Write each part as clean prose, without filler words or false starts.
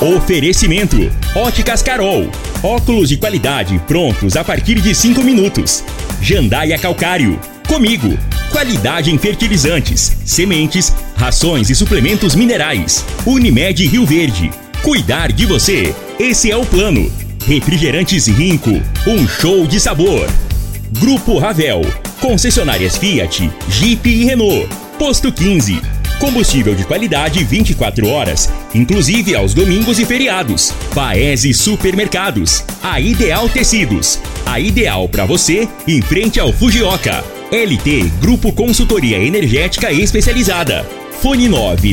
Oferecimento: Óticas Carol. Óculos de qualidade prontos a partir de 5 minutos. Jandaia Calcário. Comigo. Qualidade em fertilizantes, sementes, rações e suplementos minerais. Unimed Rio Verde. Cuidar de você. Esse é o plano. Refrigerantes Rinco. Um show de sabor. Grupo Ravel. Concessionárias Fiat, Jeep e Renault. Posto 15. Combustível de qualidade 24 horas, inclusive aos domingos e feriados. Paese Supermercados. A Ideal Tecidos. A ideal para você em frente ao Fujioka. LT Grupo Consultoria Energética Especializada. Fone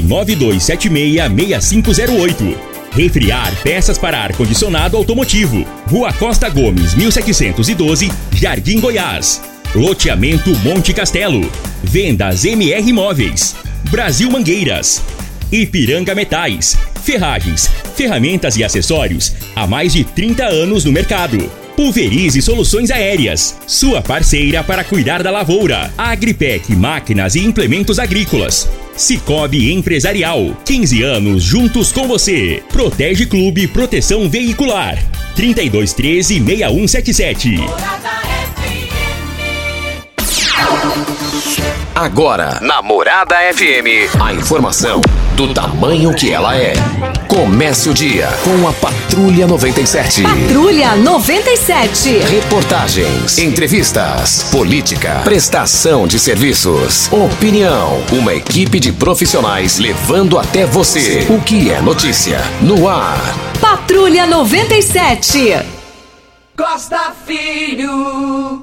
992766508. Refriar peças para ar-condicionado automotivo. Rua Costa Gomes, 1712, Jardim Goiás. Loteamento Monte Castelo. Vendas MR Imóveis. Brasil Mangueiras. Ipiranga Metais. Ferragens, ferramentas e acessórios há mais de 30 anos no mercado. Pulverize Soluções Aéreas. Sua parceira para cuidar da lavoura. Agripec Máquinas e Implementos Agrícolas. Cicobi Empresarial. 15 anos juntos com você. Protege Clube Proteção Veicular. 3213-6177. Agora, na Morada FM, a informação do tamanho que ela é. Comece o dia com a Patrulha 97. Patrulha 97. Reportagens, entrevistas, política, prestação de serviços, opinião. Uma equipe de profissionais levando até você o que é notícia no ar. Patrulha 97. Costa Filho.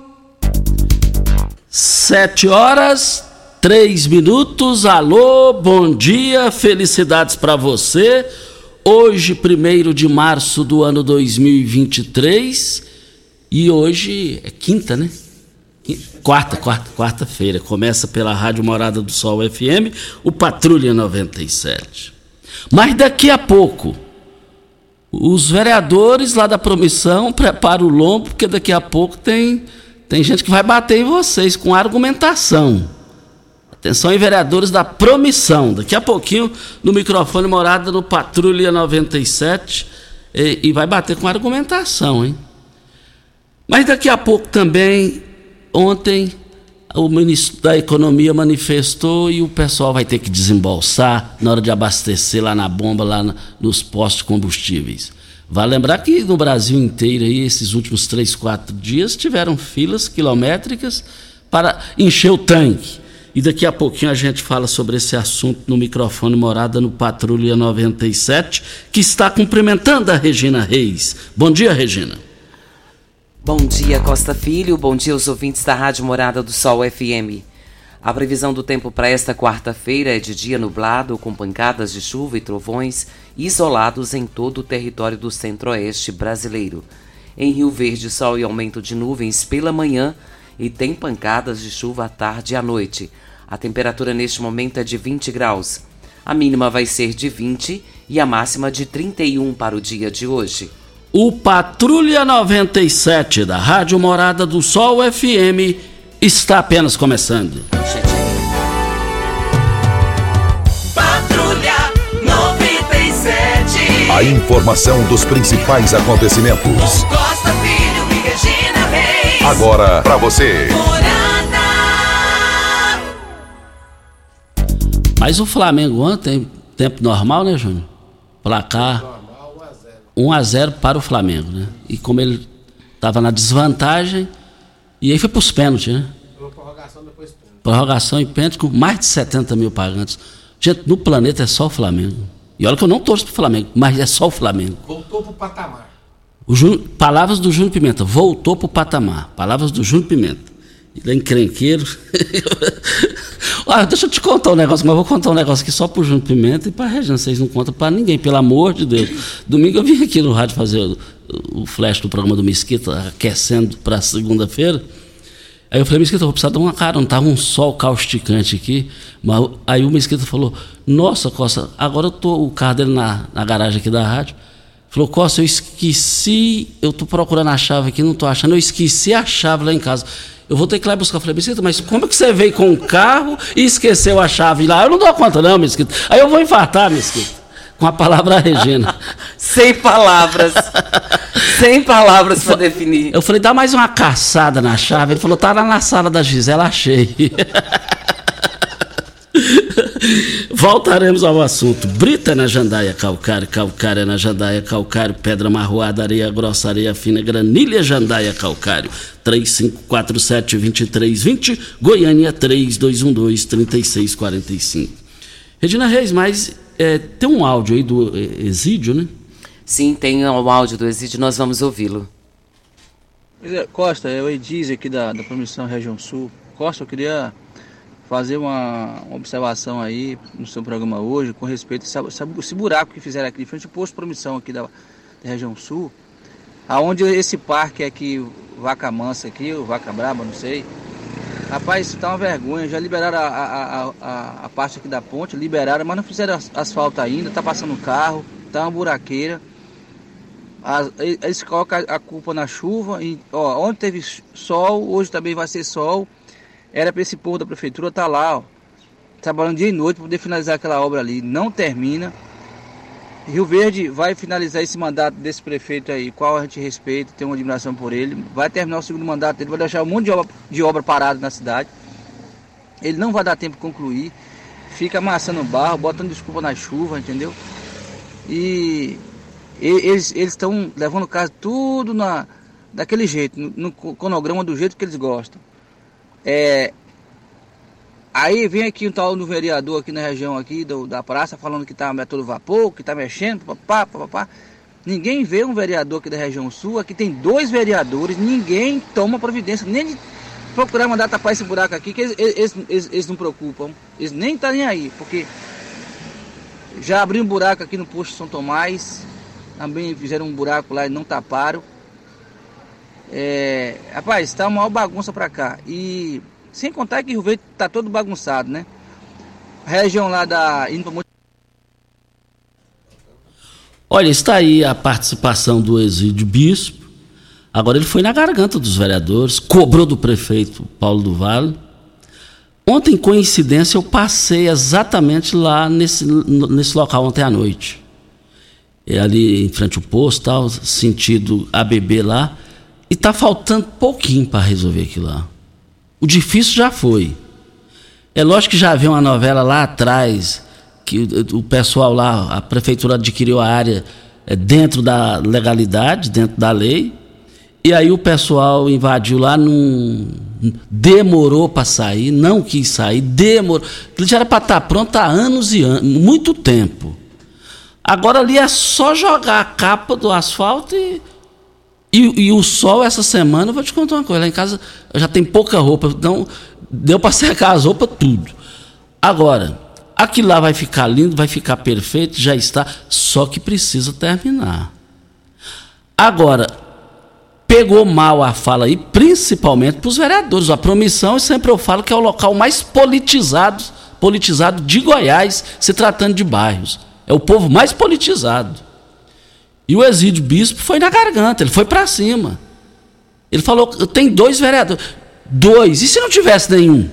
7h03. Alô, bom dia, felicidades para você. Hoje, 1º de março do ano 2023. E hoje é quinta, né? Quarta-feira. Começa pela Rádio Morada do Sol FM, o Patrulha 97. Mas daqui a pouco, os vereadores lá da Promissão preparam o lombo, porque daqui a pouco tem gente que vai bater em vocês com argumentação. Atenção aí, vereadores da Promissão. Daqui a pouquinho, no microfone Morada, no Patrulha 97, e vai bater com argumentação, hein? Mas daqui a pouco também, ontem, o ministro da Economia manifestou e o pessoal vai ter que desembolsar na hora de abastecer lá na bomba, lá nos postos de combustíveis. Vale lembrar que no Brasil inteiro, aí, esses últimos 3, 4 dias, tiveram filas quilométricas para encher o tanque. E daqui a pouquinho a gente fala sobre esse assunto no microfone Morada no Patrulha 97, que está cumprimentando a Regina Reis. Bom dia, Regina. Bom dia, Costa Filho. Bom dia aos ouvintes da Rádio Morada do Sol FM. A previsão do tempo para esta quarta-feira é de dia nublado, com pancadas de chuva e trovões isolados em todo o território do centro-oeste brasileiro. Em Rio Verde, sol e aumento de nuvens pela manhã e tem pancadas de chuva à tarde e à noite. A temperatura neste momento é de 20 graus. A mínima vai ser de 20 e a máxima de 31 para o dia de hoje. O Patrulha 97 da Rádio Morada do Sol FM está apenas começando. Patrulha 97. A informação dos principais acontecimentos. Costa Filho e Regina Reis. Agora pra você. Mas o Flamengo ontem, tempo normal, né, Júnior? Placar 1-0 para o Flamengo, né? E como ele estava na desvantagem, e aí foi para os pênaltis, né? Prorrogação e pênalti com mais de 70 mil pagantes. Gente, no planeta é só o Flamengo. E olha que eu não torço pro Flamengo, mas é só o Flamengo. Voltou pro patamar. Palavras do Júnior Pimenta, voltou pro patamar. Palavras do Júnior Pimenta. Ele é encrenqueiro. Deixa eu te contar um negócio, mas eu vou contar um negócio aqui só pro Júnior Pimenta e pra Regina. Vocês não contam pra ninguém, pelo amor de Deus. Domingo eu vim aqui no rádio fazer o flash do programa do Mesquita, aquecendo pra segunda-feira. Aí eu falei, Mesquita, eu vou precisar dar uma cara, não tava um sol causticante aqui. Mas aí o Mesquita falou, nossa, Costa, agora eu tô o carro dele na garagem aqui da rádio. Falou, Costa, eu esqueci, eu tô procurando a chave aqui, não tô achando, eu esqueci a chave lá em casa. Eu vou ter que ir lá buscar. Eu falei, Mesquita, mas como é que você veio com o carro e esqueceu a chave lá? Eu não dou conta não, Mesquita. Aí eu vou infartar, Mesquita. com a palavra Regina. Sem palavras. Sem palavras para definir. Eu falei, dá mais uma caçada na chave. Ele falou, tá lá na sala da Gisela, achei. Voltaremos ao assunto. Brita na Jandaia Calcário, calcário na Jandaia Calcário, pedra marroada, areia grossa, areia fina, granilha Jandaia Calcário. 3547-2320, Goiânia 3212-3645. Regina Reis, mas tem um áudio aí do Exídio, né? Sim, tem o áudio do Exídio, nós vamos ouvi-lo. Costa, é o Ediz aqui da Promissão Região Sul. Costa, eu queria fazer uma observação aí no seu programa hoje com respeito a esse buraco que fizeram aqui, frente ao posto Promissão aqui da Região Sul, aonde esse parque aqui, Vaca Mansa aqui, ou Vaca Braba, não sei. Rapaz, isso tá uma vergonha, já liberaram a parte aqui da ponte, liberaram, mas não fizeram asfalto ainda, tá passando carro, tá uma buraqueira. Eles colocam a culpa na chuva, e, ontem teve sol, hoje também vai ser sol. Era para esse povo da prefeitura estar lá, trabalhando dia e noite para poder finalizar aquela obra ali. Não termina. Rio Verde vai finalizar esse mandato desse prefeito aí, qual a gente respeita, tem uma admiração por ele. Vai terminar o segundo mandato dele, vai deixar um monte de obra parada na cidade. Ele não vai dar tempo de concluir. Fica amassando barro, botando desculpa na chuva, entendeu? E eles estão levando o caso tudo daquele jeito, no cronograma do jeito que eles gostam. Aí vem aqui um tal do vereador aqui na região aqui da praça falando que tá a todo vapor, que tá mexendo, papapá. Ninguém vê um vereador aqui da região sul, aqui tem 2 vereadores, ninguém toma providência, nem de procurar mandar tapar esse buraco aqui, que eles não preocupam, eles nem tá nem aí, porque já abriram um buraco aqui no posto São Tomás, também fizeram um buraco lá e não taparam. Rapaz, tá uma maior bagunça pra cá. E sem contar que o Rio Verde tá todo bagunçado, né? A região lá Olha, está aí a participação do Exídio Bispo. Agora ele foi na garganta dos vereadores, cobrou do prefeito Paulo do Vale. Ontem, coincidência, eu passei exatamente lá nesse local ontem à noite. Ali em frente ao posto, tal, sentido ABB lá. E tá faltando pouquinho para resolver aquilo lá. O difícil já foi. É lógico que já havia uma novela lá atrás, que o pessoal lá, a prefeitura adquiriu a área dentro da legalidade, dentro da lei, e aí o pessoal invadiu lá, demorou para sair, não quis sair, demorou. Ele já era para estar pronto há anos e anos, muito tempo. Agora ali é só jogar a capa do asfalto e o sol essa semana, eu vou te contar uma coisa, lá em casa já tem pouca roupa, então deu para secar as roupas tudo. Agora, aquilo lá vai ficar lindo, vai ficar perfeito, já está, só que precisa terminar. Agora, pegou mal a fala aí, principalmente para os vereadores. A Promissão, sempre eu falo que é o local mais politizado de Goiás, se tratando de bairros. É o povo mais politizado. E o Exídio Bispo foi na garganta, ele foi para cima. Ele falou, tem 2 vereadores. 2, e se não tivesse nenhum?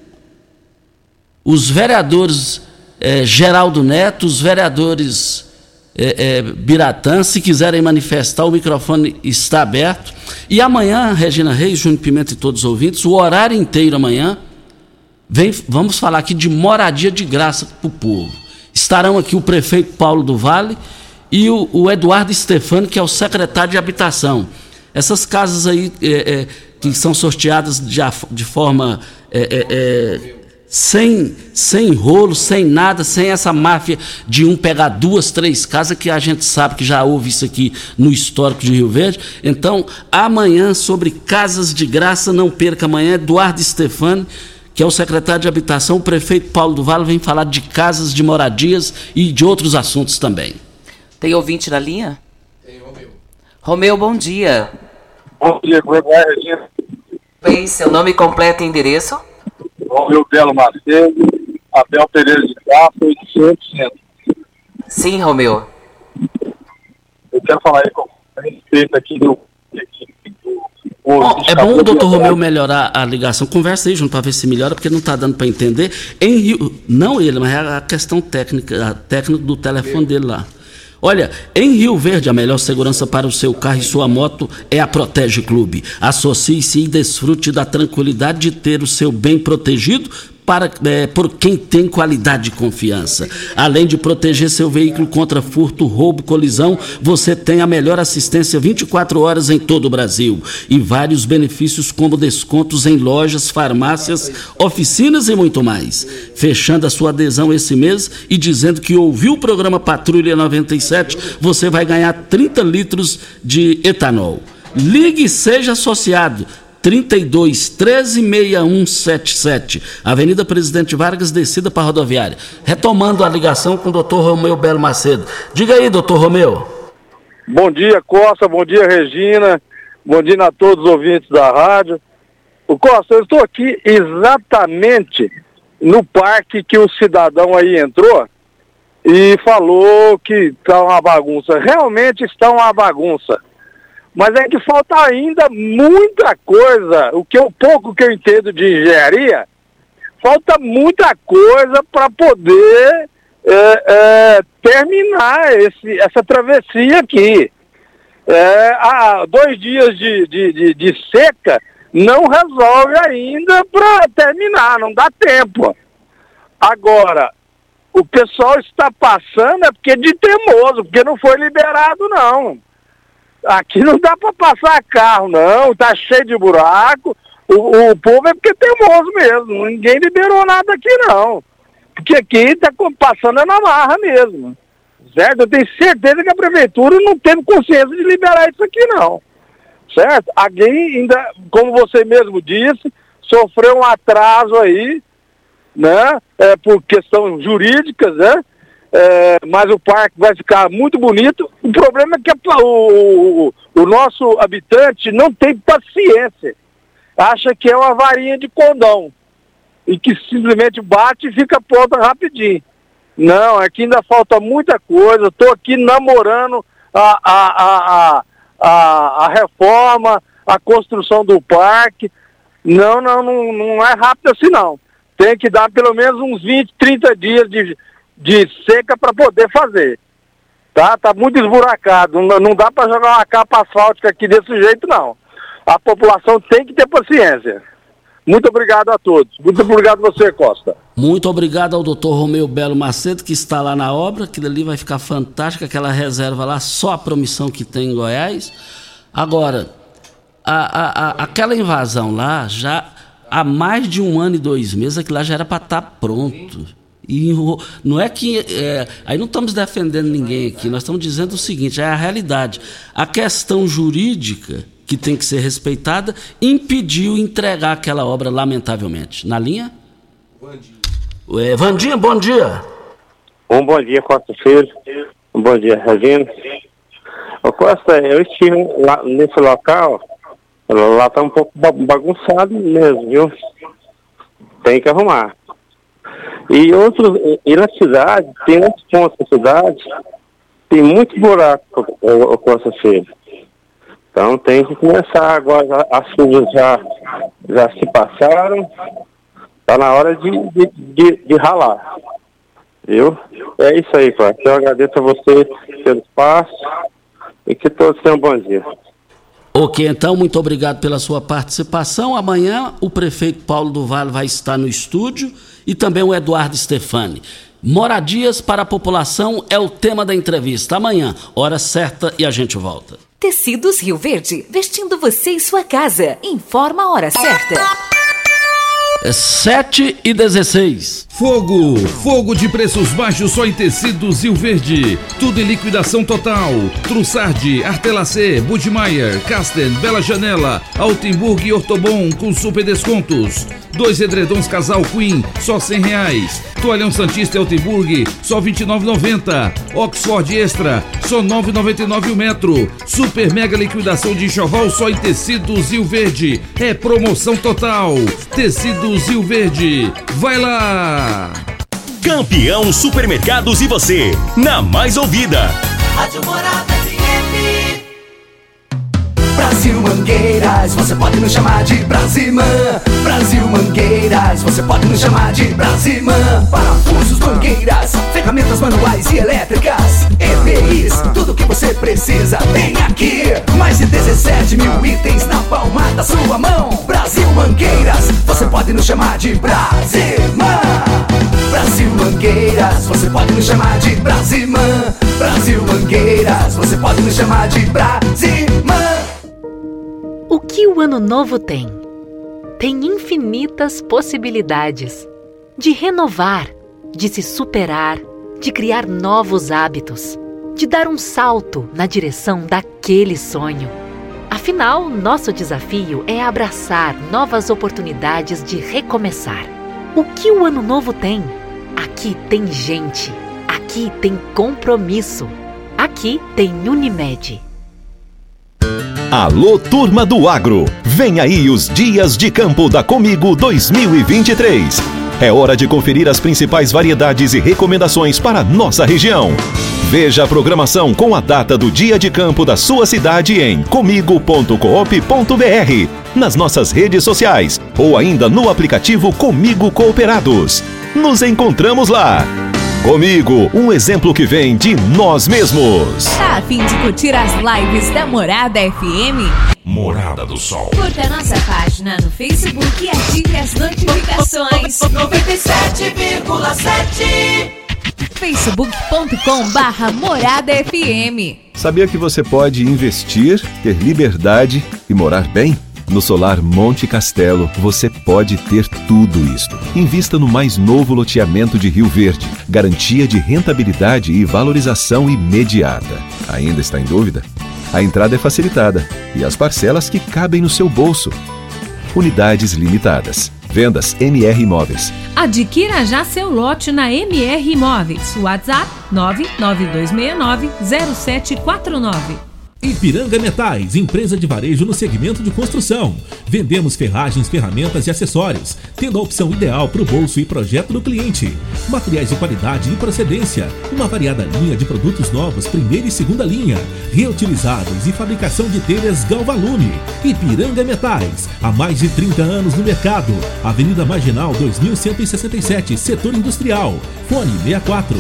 Os vereadores Geraldo Neto, os vereadores Biratã, se quiserem manifestar, o microfone está aberto. E amanhã, Regina Reis, Júnior Pimenta e todos os ouvintes, o horário inteiro amanhã, vamos falar aqui de moradia de graça para o povo. Estarão aqui o prefeito Paulo do Vale e o Eduardo Stefani, que é o secretário de Habitação. Essas casas aí que são sorteadas de forma sem rolo, sem nada, sem essa máfia de pegar 2, 3 casas, que a gente sabe que já houve isso aqui no histórico de Rio Verde. Então, amanhã, sobre casas de graça, não perca amanhã, Eduardo Stefani, que é o secretário de Habitação, o prefeito Paulo do Vale, vem falar de casas, de moradias e de outros assuntos também. Tem ouvinte na linha? Tem, Romeu. Romeu, bom dia. Bom dia, como é que vai, Regina? Bem, seu nome completo e endereço? Romeu Belo Macedo, Abel Pereira de Castro, 800. Sim, Romeu. Eu quero falar aí com a respeito aqui do É bom o doutor Romeu melhorar a ligação. Conversa aí junto para ver se melhora, porque não está dando para entender. Em Rio, não ele, mas é a questão técnica, a técnica do telefone dele lá. Olha, em Rio Verde, a melhor segurança para o seu carro e sua moto é a Protege Clube. Associe-se e desfrute da tranquilidade de ter o seu bem protegido por quem tem qualidade e confiança. Além de proteger seu veículo contra furto, roubo, colisão, você tem a melhor assistência 24 horas em todo o Brasil. E vários benefícios como descontos em lojas, farmácias, oficinas e muito mais. Fechando a sua adesão esse mês e dizendo que ouviu o programa Patrulha 97, você vai ganhar 30 litros de etanol. Ligue e seja associado. 32 13 6177, Avenida Presidente Vargas, descida para a rodoviária. Retomando a ligação com o doutor Romeu Belo Macedo. Diga aí, doutor Romeu. Bom dia, Costa, bom dia, Regina, bom dia a todos os ouvintes da rádio. O Costa, eu estou aqui exatamente no parque que o cidadão aí entrou e falou que está uma bagunça. Realmente está uma bagunça. Mas é que falta ainda muita coisa, pouco que eu entendo de engenharia, falta muita coisa para poder terminar essa travessia aqui. Há 2 dias de seca não resolve ainda para terminar, não dá tempo. Agora, o pessoal está passando é porque de teimoso, porque não foi liberado não. Aqui não dá para passar carro, não. Tá cheio de buraco. O povo é porque é teimoso mesmo. Ninguém liberou nada aqui, não. Porque aqui tá passando na marra mesmo. Certo? Eu tenho certeza que a prefeitura não teve consciência de liberar isso aqui, não. Certo? Alguém ainda, como você mesmo disse, sofreu um atraso aí, né? Por questões jurídicas, né? Mas o parque vai ficar muito bonito. O problema é que o nosso habitante não tem paciência, acha que é uma varinha de condão e que simplesmente bate e fica pronta rapidinho. Não, aqui ainda falta muita coisa. Estou aqui namorando a reforma, a construção do parque. Não é rápido assim não. Tem que dar pelo menos uns 20, 30 dias de seca para poder fazer. Tá muito esburacado, não dá para jogar uma capa asfáltica aqui desse jeito não. A população tem que ter paciência. Muito obrigado a todos. Muito obrigado a você, Costa. Muito obrigado ao doutor Romeu Belo Macedo, que está lá na obra. Aquilo ali vai ficar fantástico, aquela reserva lá, só a promissão que tem em Goiás. Agora, aquela invasão lá, já há mais de 1 ano e 2 meses, aquilo lá já era para estar pronto. E não é que... aí não estamos defendendo ninguém aqui, nós estamos dizendo o seguinte, é a realidade. A questão jurídica, que tem que ser respeitada, impediu entregar aquela obra, lamentavelmente. Na linha? Vandinha, bom dia. Bom dia, Costa Filho. Bom dia, Regina. Costa, eu estive lá nesse local, lá está um pouco bagunçado mesmo, viu? Tem que arrumar. E na cidade, tem outros pontos da cidade, tem muito buraco, Costa Filho. Então tem que começar agora, as chuvas já se passaram, está na hora de ralar, viu? É isso aí, Costa. Eu agradeço a você pelo espaço e que todos tenham um bom dia. Ok, então, muito obrigado pela sua participação. Amanhã o prefeito Paulo do Vale vai estar no estúdio e também o Eduardo Stefani. Moradias para a população é o tema da entrevista. Amanhã, hora certa e a gente volta. Tecidos Rio Verde, vestindo você e sua casa. Informa a hora certa. 7h16. Fogo de preços baixos só em Tecidos Rio Verde. Tudo em liquidação total. Trussardi, Artelacê, Budmeier, Casten, Bela Janela, Altenburg e Ortobon com super descontos. 2 edredons casal Queen, só R$100. Toalhão Santista e Altenburg, só R$29,90. Oxford Extra, só R$9,99 o metro. Super mega liquidação de enxoval só em Tecidos Rio Verde. É promoção total. Tecidos Rio Verde. Vai lá! Campeão Supermercados e você, na mais ouvida. Rádio Morada FM. Brasil Brasil Mangueiras, você pode nos chamar de Brasimã. Brasil Mangueiras, você pode nos chamar de Brasimã. Parafusos, mangueiras, ferramentas manuais e elétricas, EPIs, tudo que você precisa tem aqui. Mais de 17 mil itens na palma da sua mão. Brasil Mangueiras, você pode nos chamar de Brasimã. Brasil Mangueiras, você pode nos chamar de Brasimã. Brasil Mangueiras, você pode nos chamar de Brasimã. O que o Ano Novo tem? Tem infinitas possibilidades de renovar, de se superar, de criar novos hábitos, de dar um salto na direção daquele sonho. Afinal, nosso desafio é abraçar novas oportunidades de recomeçar. O que o Ano Novo tem? Aqui tem gente, aqui tem compromisso, aqui tem Unimed. Alô, turma do agro! Vem aí os Dias de Campo da Comigo 2023. É hora de conferir as principais variedades e recomendações para a nossa região. Veja a programação com a data do Dia de Campo da sua cidade em comigo.coop.br, nas nossas redes sociais ou ainda no aplicativo Comigo Cooperados. Nos encontramos lá! Comigo, um exemplo que vem de nós mesmos. Tá a fim de curtir as lives da Morada FM? Morada do Sol. Curta nossa página no Facebook e ative as notificações. 97,7 facebook.com/Morada FM. Sabia que você pode investir, ter liberdade e morar bem? No Solar Monte Castelo, você pode ter tudo isto. Invista no mais novo loteamento de Rio Verde. Garantia de rentabilidade e valorização imediata. Ainda está em dúvida? A entrada é facilitada e as parcelas que cabem no seu bolso. Unidades limitadas. Vendas MR Imóveis. Adquira já seu lote na MR Imóveis. WhatsApp 99269-0749. Ipiranga Metais, empresa de varejo no segmento de construção. Vendemos ferragens, ferramentas e acessórios, tendo a opção ideal para o bolso e projeto do cliente. Materiais de qualidade e procedência, uma variada linha de produtos novos, primeira e segunda linha, reutilizáveis e fabricação de telhas Galvalume. Ipiranga Metais, há mais de 30 anos no mercado. Avenida Marginal 2167, Setor Industrial. Fone 64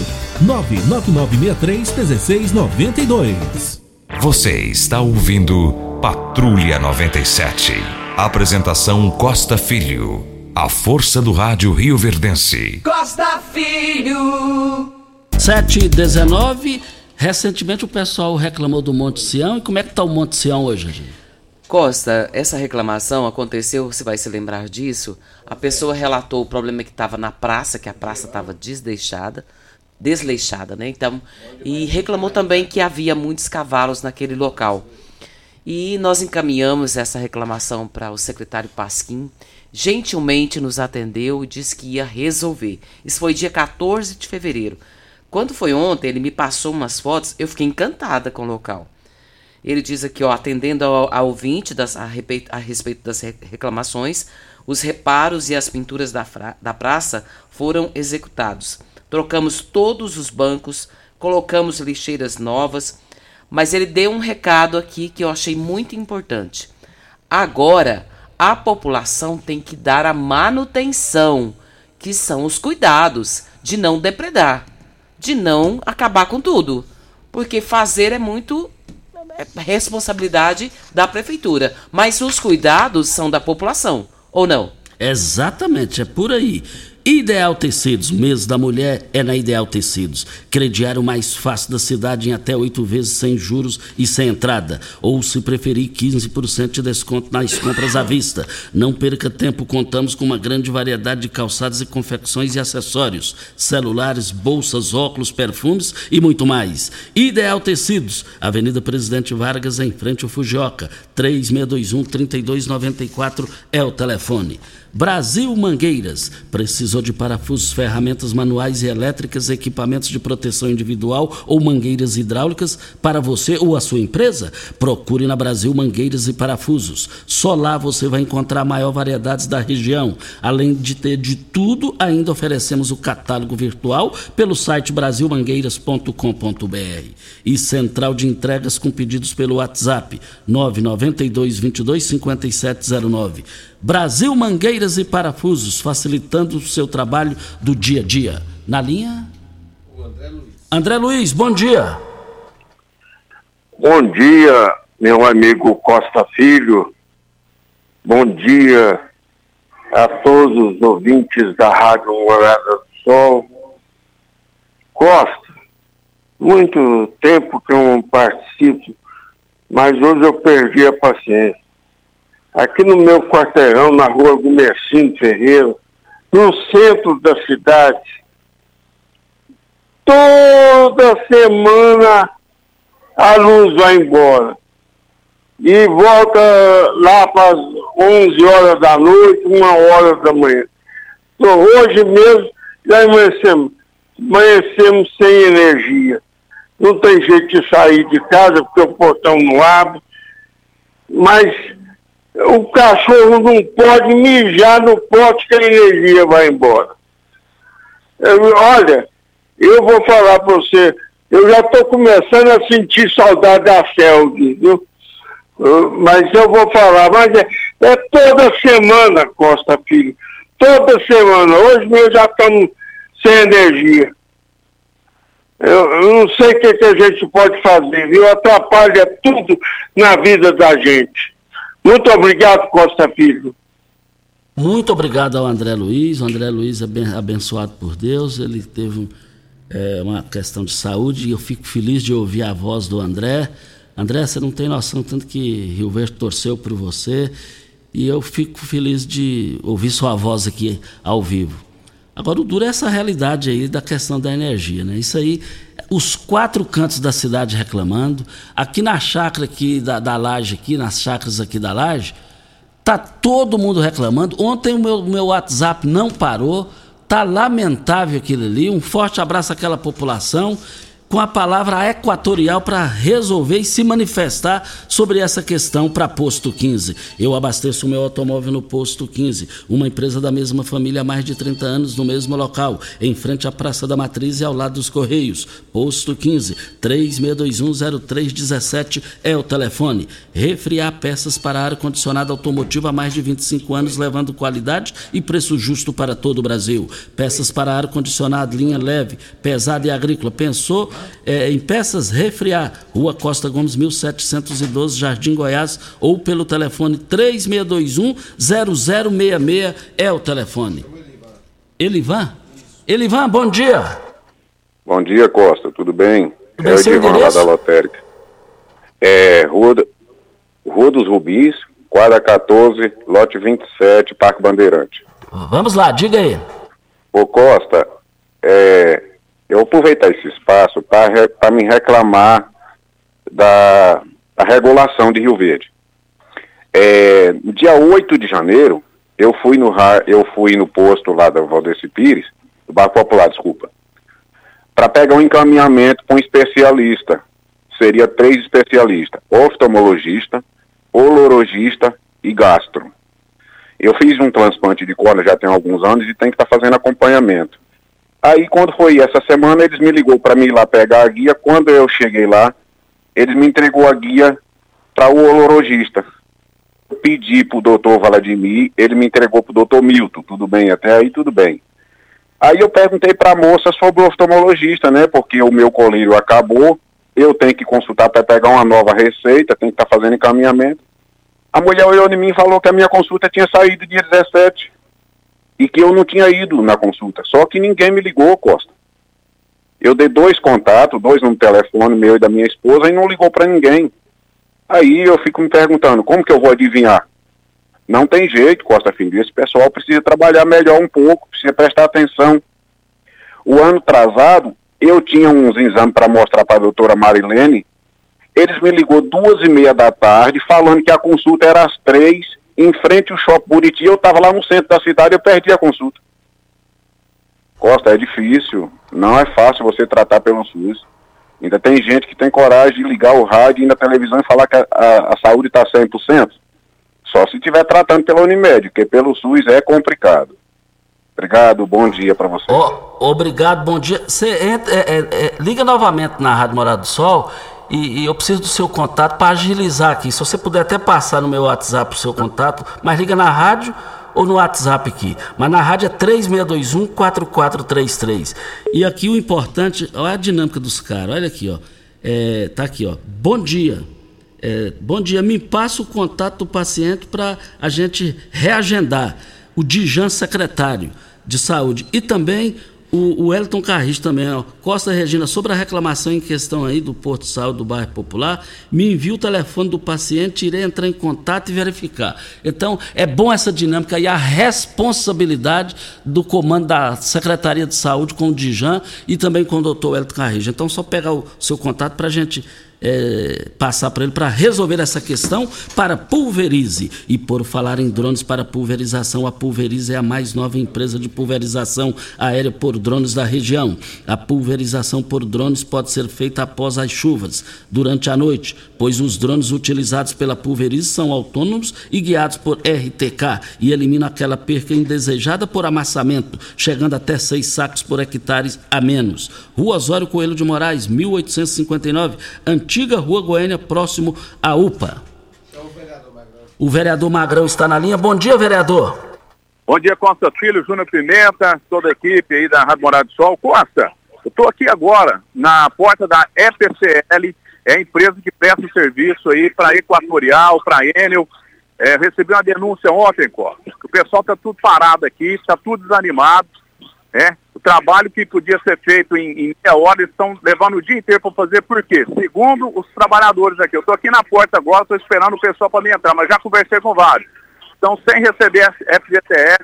99963-1692. Você está ouvindo Patrulha 97. Apresentação Costa Filho. A força do rádio rioverdense. Costa Filho. 7h19. Recentemente o pessoal reclamou do Monte Sião. E como é que está o Monte Sião hoje, gente? Costa, essa reclamação aconteceu, você vai se lembrar disso. A pessoa relatou o problema que estava na praça, que a praça estava desleixada, né? Então, e reclamou também que havia muitos cavalos naquele local. E nós encaminhamos essa reclamação para o secretário Pasquim. Gentilmente nos atendeu e disse que ia resolver. Isso foi dia 14 de fevereiro. Quando foi ontem, ele me passou umas fotos, eu fiquei encantada com o local. Ele diz aqui, ó, atendendo ao ouvinte a respeito das reclamações, os reparos e as pinturas da praça foram executados. Trocamos todos os bancos, colocamos lixeiras novas, mas ele deu um recado aqui que eu achei muito importante. Agora, a população tem que dar a manutenção, que são os cuidados de não depredar, de não acabar com tudo, porque fazer é muito responsabilidade da prefeitura, mas os cuidados são da população, ou não? Exatamente, é por aí. Ideal Tecidos, mês da mulher é na Ideal Tecidos. Crediário mais fácil da cidade em até 8 vezes sem juros e sem entrada. Ou, se preferir, 15% de desconto nas compras à vista. Não perca tempo, contamos com uma grande variedade de calçados e confecções e acessórios. Celulares, bolsas, óculos, perfumes e muito mais. Ideal Tecidos, Avenida Presidente Vargas, em frente ao Fujioka. 3621-3294 é o telefone. Brasil Mangueiras. Precisou de parafusos, ferramentas manuais e elétricas, equipamentos de proteção individual ou mangueiras hidráulicas para você ou a sua empresa? Procure na Brasil Mangueiras e Parafusos. Só lá você vai encontrar a maior variedade da região. Além de ter de tudo, ainda oferecemos o catálogo virtual pelo site brasilmangueiras.com.br. E central de entregas com pedidos pelo WhatsApp 992 22 5709. Brasil Mangueiras e Parafusos, facilitando o seu trabalho do dia a dia. Na linha? O André Luiz. André Luiz, bom dia. Bom dia, meu amigo Costa Filho. Bom dia a todos os ouvintes da Rádio Morada do Sol. Costa, muito tempo que eu não participo, mas hoje eu perdi a paciência. Aqui no meu quarteirão, na rua Gumercindo Ferreira, no centro da cidade, toda semana a luz vai embora. E volta lá para as 11 horas da noite, 1h da manhã. Então, hoje mesmo já amanhecemos sem energia. Não tem jeito de sair de casa porque o portão não abre. Mas o cachorro não pode mijar no pote que a energia vai embora. Olha, eu vou falar para você, eu já estou começando a sentir saudade da Selvi, viu? Mas eu vou falar, mas é toda semana, Costa Filho, toda semana. Hoje mesmo já estamos sem energia. Eu não sei o que a gente pode fazer, viu? Atrapalha tudo na vida da gente. Muito obrigado, Costa Filho. Muito obrigado ao André Luiz. O André Luiz é abençoado por Deus. Ele teve uma questão de saúde e eu fico feliz de ouvir a voz do André. André, você não tem noção tanto que Rio Verde torceu por você e eu fico feliz de ouvir sua voz aqui ao vivo. Agora, o duro é essa realidade aí da questão da energia, né? Isso aí, os 4 cantos da cidade reclamando. Aqui na chácara aqui da Laje, aqui nas chácaras aqui da Laje, tá todo mundo reclamando. Ontem o meu WhatsApp não parou, tá lamentável aquilo ali. Um forte abraço àquela população, com a palavra equatorial para resolver e se manifestar sobre essa questão para Posto 15. Eu abasteço o meu automóvel no Posto 15, uma empresa da mesma família há mais de 30 anos no mesmo local, em frente à Praça da Matriz e ao lado dos Correios. Posto 15, 36210317 é o telefone. Refriar peças para ar-condicionado automotivo há mais de 25 anos, levando qualidade e preço justo para todo o Brasil. Peças para ar-condicionado, linha leve, pesada e agrícola. Pensou em peças? Refriar, Rua Costa Gomes 1712, Jardim Goiás, ou pelo telefone 3621-0066 é o telefone. Elivan, bom dia. Bom dia, Costa, tudo bem? Tudo bem, o Edivan lá da lotérica. Rua dos Rubis, quadra 14, lote 27, Parque Bandeirante. Vamos lá, diga aí. Ô Costa, eu vou aproveitar esse espaço para me reclamar da regulação de Rio Verde. No dia 8 de janeiro, eu fui no posto lá da Valdeci Pires, do Bairro Popular, desculpa, para pegar um encaminhamento com um especialista. Seria 3 especialistas: oftalmologista, olorogista e gastro. Eu fiz um transplante de córnea já tem alguns anos e tenho que estar fazendo acompanhamento. Aí, quando foi essa semana, eles me ligou para mim ir lá pegar a guia. Quando eu cheguei lá, eles me entregou a guia para o olorogista. Eu pedi para o doutor Vladimir, ele me entregou para o doutor Milton. Tudo bem? Até aí, tudo bem. Aí eu perguntei para a moça sobre o oftalmologista, né? Porque o meu colírio acabou, eu tenho que consultar para pegar uma nova receita, tenho que estar fazendo encaminhamento. A mulher olhou em mim e falou que a minha consulta tinha saído dia 17. E que eu não tinha ido na consulta. Só que ninguém me ligou, Costa. Eu dei 2 contatos, 2 no telefone meu e da minha esposa, e não ligou para ninguém. Aí eu fico me perguntando, como que eu vou adivinhar? Não tem jeito, Costa Filho. Esse pessoal precisa trabalhar melhor um pouco, precisa prestar atenção. O ano atrasado, eu tinha uns exames para mostrar para a doutora Marilene. Eles me ligou 2h30 da tarde, falando que a consulta era às 3h em frente ao Shopping Buriti, eu estava lá no centro da cidade, eu perdi a consulta. Costa, é difícil, não é fácil você tratar pelo SUS. Ainda tem gente que tem coragem de ligar o rádio e ir na televisão e falar que a saúde está 100%. Só se estiver tratando pela Unimed, porque pelo SUS é complicado. Obrigado, bom dia para você. Obrigado, bom dia. Você liga novamente na Rádio Morada do Sol e eu preciso do seu contato para agilizar aqui. Se você puder até passar no meu WhatsApp o seu contato, mas liga na rádio ou no WhatsApp aqui. Mas na rádio é 3621-4433. E aqui o importante, olha a dinâmica dos caras, olha aqui, ó. Tá aqui, ó. Bom dia. Bom dia, me passa o contato do paciente para a gente reagendar. O Dijan, secretário de saúde, e também o Elton Carris também, ó. Costa Regina, sobre a reclamação em questão aí do Porto de Saúde do bairro Popular, me envia o telefone do paciente, irei entrar em contato e verificar. Então, é bom essa dinâmica e a responsabilidade do comando da Secretaria de Saúde com o Dijan e também com o doutor Elton Carris. Então, só pegar o seu contato para a gente passar para ele para resolver essa questão para Pulverize. E por falar em drones para pulverização, a Pulverize é a mais nova empresa de pulverização aérea por drones da região. A pulverização por drones pode ser feita após as chuvas, durante a noite, pois os drones utilizados pela Pulverize são autônomos e guiados por RTK e eliminam aquela perca indesejada por amassamento, chegando até 6 sacos por hectare a menos. Rua Osório Coelho de Moraes, 1859, antiga Rua Goiânia, próximo à UPA. O vereador Magrão está na linha. Bom dia, vereador. Bom dia, Costa Filho, Júnior Pimenta, toda a equipe aí da Rádio Morada do Sol. Costa, eu estou aqui agora na porta da EPCL, é a empresa que presta serviço aí para Equatorial, para Enel. Recebi uma denúncia ontem, Costa, que o pessoal está tudo parado aqui, está tudo desanimado. O trabalho que podia ser feito em meia hora, eles estão levando o dia inteiro para fazer, por quê? Segundo os trabalhadores aqui, eu estou aqui na porta agora, estou esperando o pessoal para me entrar, mas já conversei com vários. Estão sem receber FGTS,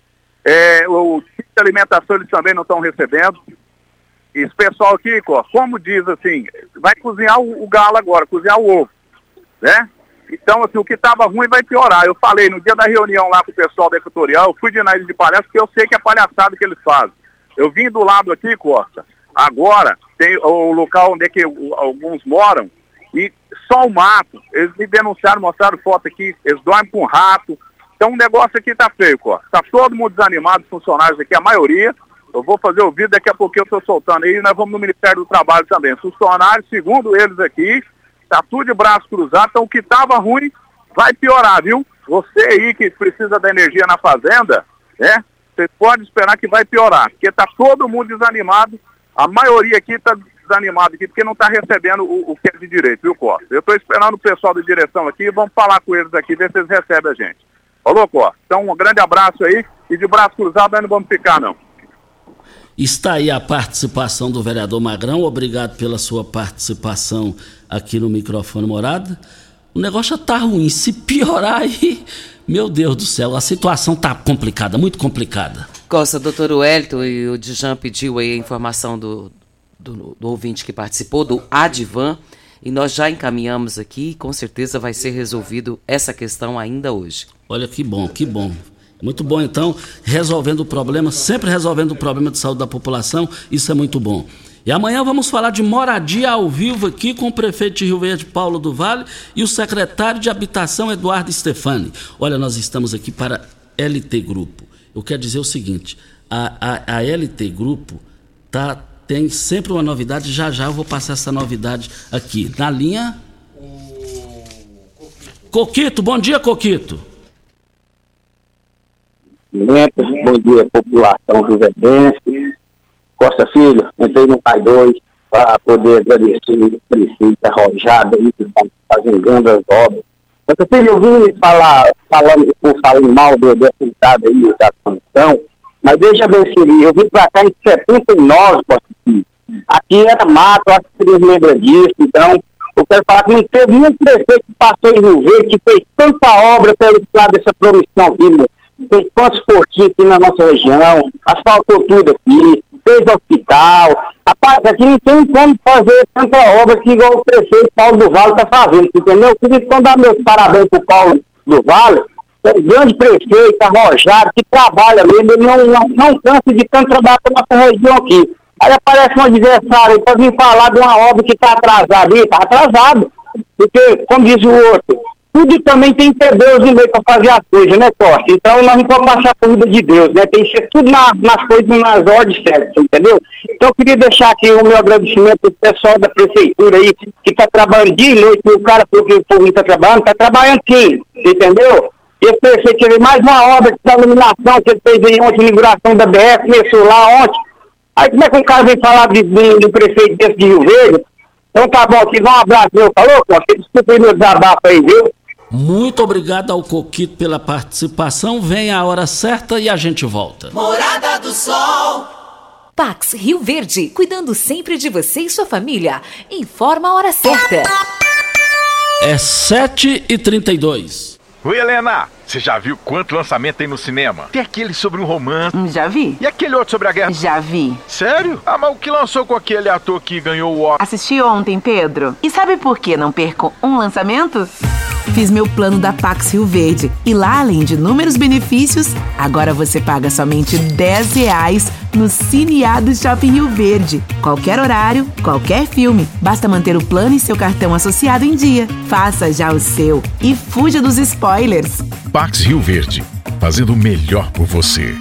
o tipo de alimentação eles também não estão recebendo. E esse pessoal aqui, como diz assim, vai cozinhar o galo agora, cozinhar o ovo, né? Então, assim, o que estava ruim vai piorar. Eu falei, no dia da reunião lá com o pessoal da Equatorial, eu fui de nariz de palhaço, porque eu sei que é palhaçada que eles fazem. Eu vim do lado aqui, Costa, agora tem o local onde é que alguns moram, e só o mato. Eles me denunciaram, mostraram foto aqui, eles dormem com rato. Então o negócio aqui tá feio, Costa. Tá todo mundo desanimado, os funcionários aqui, a maioria. Eu vou fazer o vídeo, daqui a pouquinho eu estou soltando aí, nós vamos no Ministério do Trabalho também. Os funcionários, segundo eles aqui, tá tudo de braço cruzado, então o que tava ruim vai piorar, viu? Você aí que precisa da energia na fazenda, né? Você pode esperar que vai piorar, porque tá todo mundo desanimado, a maioria aqui tá desanimado aqui, porque não tá recebendo o que é de direito, viu, Costa? Eu tô esperando o pessoal da direção aqui, vamos falar com eles aqui, ver se eles recebem a gente. Falou, Costa? Então um grande abraço aí, e de braço cruzado nós não vamos ficar, não. Está aí a participação do vereador Magrão, obrigado pela sua participação aqui no microfone Morada. O negócio já está ruim, se piorar aí, meu Deus do céu, a situação está complicada, muito complicada. Costa, doutor Wellington e o Dijan pediu aí a informação do ouvinte que participou, do Advan, e nós já encaminhamos aqui, com certeza vai ser resolvido essa questão ainda hoje. Olha que bom, que bom. Muito bom, então, resolvendo o problema, sempre resolvendo o problema de saúde da população, isso é muito bom. E amanhã vamos falar de moradia ao vivo aqui com o prefeito de Rio Verde, Paulo do Vale, e o secretário de Habitação, Eduardo Stefani. Olha, nós estamos aqui para LT Grupo. Eu quero dizer o seguinte, a LT Grupo tem sempre uma novidade, já eu vou passar essa novidade aqui. Na linha... Coquito, bom dia, Coquito. Bom dia, população riverdense. Costa Filho, entrei no Pai 2 para poder agradecer o prefeito arrojado aí que está fazendo grandes obras. Costa Filho, eu vim falando mal dessa cidade aí da condição, mas deixa eu ver se eu vim para cá em 79, Costa Filho. Aqui era mato, acho que vocês lembram disso, então eu quero falar que não teve nenhum prefeito que passou em Rio Verde que fez tanta obra pelo lado dessa promissão aqui, fez quantos portinhos aqui na nossa região, asfaltou tudo aqui, fez hospital. Rapaz, aqui não tem como fazer tanta obra que igual o prefeito Paulo do Vale está fazendo, entendeu? Eu queria então dar meus parabéns pro Paulo do Vale, é um grande prefeito, arrojado, que trabalha mesmo, ele não cansa de tanto trabalhar para nossa região aqui. Aí aparece um adversário para vir falar de uma obra que está atrasada, e está atrasado. Porque, como diz o outro, tudo também tem que ter Deus no meio para fazer as coisas, né, Costa? Então nós não podemos passar por vida de Deus, né? Tem que ser tudo nas coisas, nas ordens certas, entendeu? Então eu queria deixar aqui o meu agradecimento ao pessoal da prefeitura aí, que está trabalhando dia e noite, o cara falou que o povo não está trabalhando sim, entendeu? E esse prefeito teve mais uma obra da iluminação que ele fez aí ontem, a inauguração da BR, começou lá ontem. Aí como é que um cara vem falar do prefeito desse de Rio Verde? Então tá bom, aqui, um abraço, meu. Falou, Costa? Desculpa aí meu desabafo aí, viu? Muito obrigado ao Coquito pela participação. Vem a hora certa e a gente volta. Morada do Sol. Pax Rio Verde, cuidando sempre de você e sua família. Informa a hora certa. É 7h32. Oi, Helena. Você já viu quanto lançamento tem no cinema? Tem aquele sobre um romance. Já vi. E aquele outro sobre a guerra? Já vi. Sério? Ah, mas o que lançou com aquele ator que ganhou o Oscar? Assisti ontem, Pedro. E sabe por que não perco um lançamento? Fiz meu plano da Pax Rio Verde. E lá, além de inúmeros benefícios, agora você paga somente R$10 no Cineado Shopping Rio Verde. Qualquer horário, qualquer filme. Basta manter o plano e seu cartão associado em dia. Faça já o seu e fuja dos spoilers. Pax Rio Verde, fazendo o melhor por você.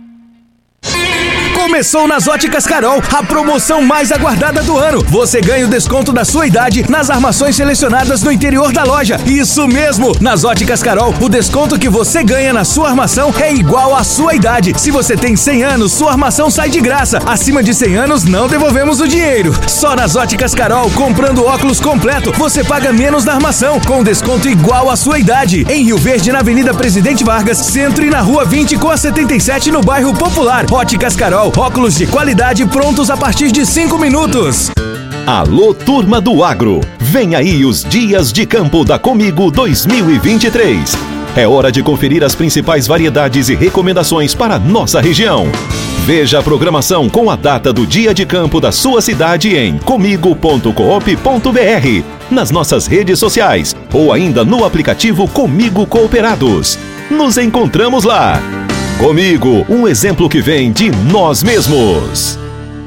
Começou nas Óticas Carol, a promoção mais aguardada do ano. Você ganha o desconto da sua idade nas armações selecionadas no interior da loja. Isso mesmo! Nas Óticas Carol, o desconto que você ganha na sua armação é igual à sua idade. Se você tem 100 anos, sua armação sai de graça. Acima de 100 anos, não devolvemos o dinheiro. Só nas Óticas Carol, comprando óculos completo, você paga menos na armação, com desconto igual à sua idade. Em Rio Verde, na Avenida Presidente Vargas, Centro e na Rua 20 com a 77 no bairro Popular. Óticas Carol, óculos de qualidade prontos a partir de 5 minutos. Alô, turma do agro! Vem aí os Dias de Campo da Comigo 2023. É hora de conferir as principais variedades e recomendações para nossa região. Veja a programação com a data do Dia de Campo da sua cidade em comigo.coop.br, nas nossas redes sociais ou ainda no aplicativo Comigo Cooperados. Nos encontramos lá! Comigo, um exemplo que vem de nós mesmos.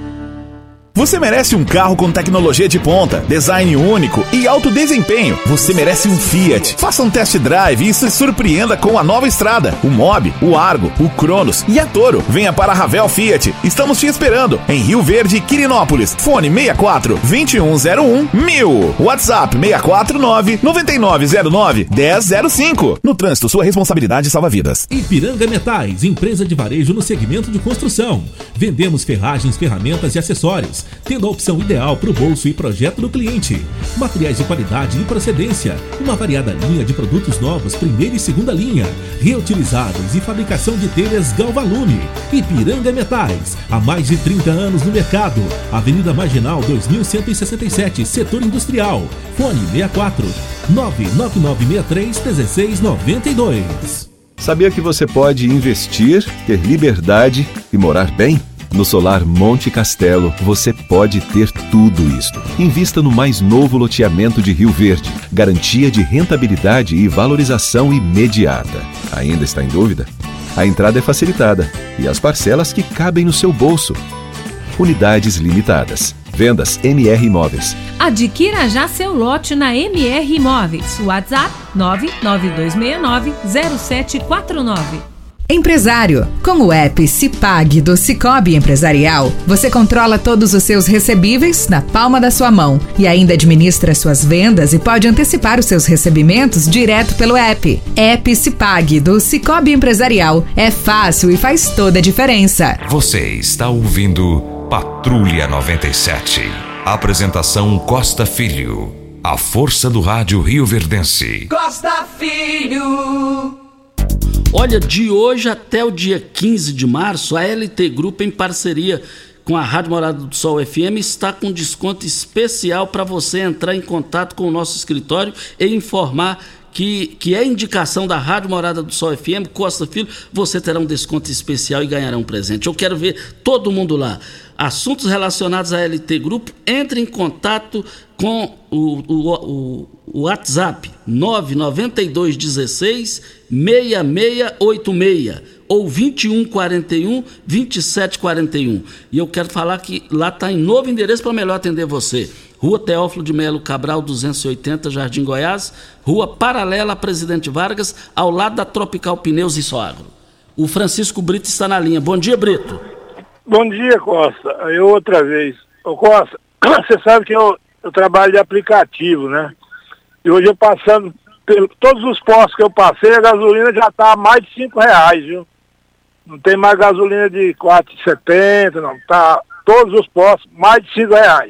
Você merece um carro com tecnologia de ponta, design único e alto desempenho. Você merece um Fiat. Faça um test drive e se surpreenda com a nova Estrada, o Mobi, o Argo, o Cronos e a Toro. Venha para a Ravel Fiat. Estamos te esperando em Rio Verde, Quirinópolis. Fone 64 2101 1000. WhatsApp 649 9909 1005. No trânsito, sua responsabilidade salva vidas. Ipiranga Metais, empresa de varejo no segmento de construção. Vendemos ferragens, ferramentas e acessórios, tendo a opção ideal para o bolso e projeto do cliente. Materiais de qualidade e procedência. Uma variada linha de produtos novos, primeira e segunda linha, reutilizáveis e fabricação de telhas Galvalume. Ipiranga Metais, há mais de 30 anos no mercado. Avenida Marginal 2167, Setor Industrial. Fone 64 99963 1692. Sabia que você pode investir, ter liberdade e morar bem? No Solar Monte Castelo, você pode ter tudo isto. Invista no mais novo loteamento de Rio Verde. Garantia de rentabilidade e valorização imediata. Ainda está em dúvida? A entrada é facilitada e as parcelas que cabem no seu bolso. Unidades limitadas. Vendas MR Imóveis. Adquira já seu lote na MR Imóveis. WhatsApp 992690749. Empresário, com o app Cipag do Cicobi Empresarial, você controla todos os seus recebíveis na palma da sua mão e ainda administra suas vendas e pode antecipar os seus recebimentos direto pelo app. App Cipag do Cicobi Empresarial. É fácil e faz toda a diferença. Você está ouvindo Patrulha 97. Apresentação Costa Filho. A força do rádio rioverdense. Costa Filho. Olha, de hoje até o dia 15 de março, a LT Group, em parceria com a Rádio Morada do Sol FM, está com desconto especial para você entrar em contato com o nosso escritório e informar que é indicação da Rádio Morada do Sol FM, Costa Filho, você terá um desconto especial e ganhará um presente. Eu quero ver todo mundo lá. Assuntos relacionados à LT Group, entre em contato com o o WhatsApp 99216-6686 ou 2141-2741. E eu quero falar que lá está em novo endereço para melhor atender você. Rua Teófilo de Melo Cabral, 280, Jardim Goiás, rua paralela a Presidente Vargas, ao lado da Tropical Pneus e Soagro. O Francisco Brito está na linha. Bom dia, Brito. Bom dia, Costa. Eu outra vez. Ô Costa, você sabe que eu trabalho de aplicativo, né? E hoje eu passando, todos os postos que eu passei, a gasolina já está a mais de R$5, viu? Não tem mais gasolina de R$4,70, não. Tá todos os postos, mais de R$5.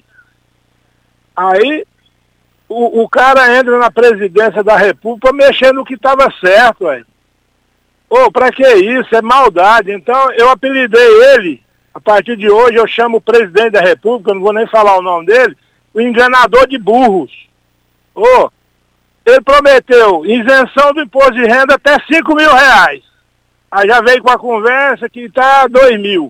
Aí, o cara entra na presidência da República mexendo no que estava certo, velho. Ô, pra que isso? É maldade. Então, eu apelidei ele, a partir de hoje eu chamo o presidente da República, eu não vou nem falar o nome dele, o enganador de burros. Ô, ele prometeu isenção do imposto de renda até R$5.000. Aí já veio com a conversa que tá 2.000.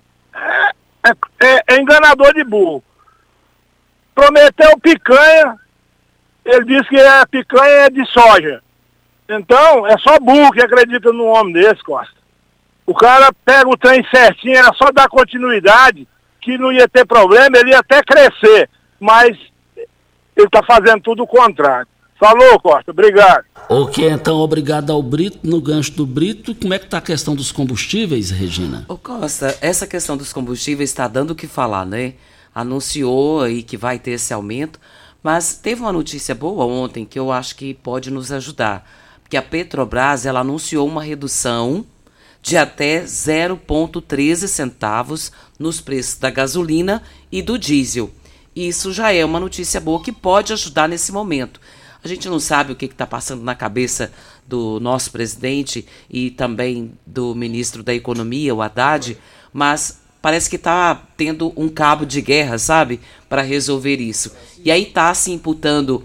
É enganador de burro. Prometeu picanha, ele disse que a picanha é de soja. Então, é só burro que acredita num homem desse, Costa. O cara pega o trem certinho, era só dar continuidade, que não ia ter problema, ele ia até crescer. Mas ele está fazendo tudo o contrário. Falou, Costa, obrigado. Ok, então obrigado ao Brito, no gancho do Brito. Como é que está a questão dos combustíveis, Regina? Ô Costa, essa questão dos combustíveis está dando o que falar, né? Anunciou aí que vai ter esse aumento, mas teve uma notícia boa ontem que eu acho que pode nos ajudar, porque a Petrobras, ela anunciou uma redução de até 0,13 centavos nos preços da gasolina e do diesel. Isso já é uma notícia boa que pode ajudar nesse momento. A gente não sabe o que está passando na cabeça do nosso presidente e também do ministro da Economia, o Haddad, mas parece que está tendo um cabo de guerra, sabe, para resolver isso. E aí está se imputando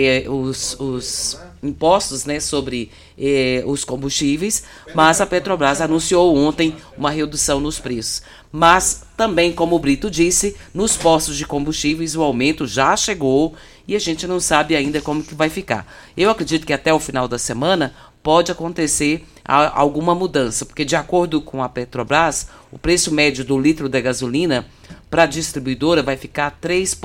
os impostos, né, sobre os combustíveis, mas a Petrobras anunciou ontem uma redução nos preços. Mas também, como o Brito disse, nos postos de combustíveis o aumento já chegou e a gente não sabe ainda como que vai ficar. Eu acredito que até o final da semana pode acontecer alguma mudança, porque de acordo com a Petrobras, o preço médio do litro da gasolina para a distribuidora vai ficar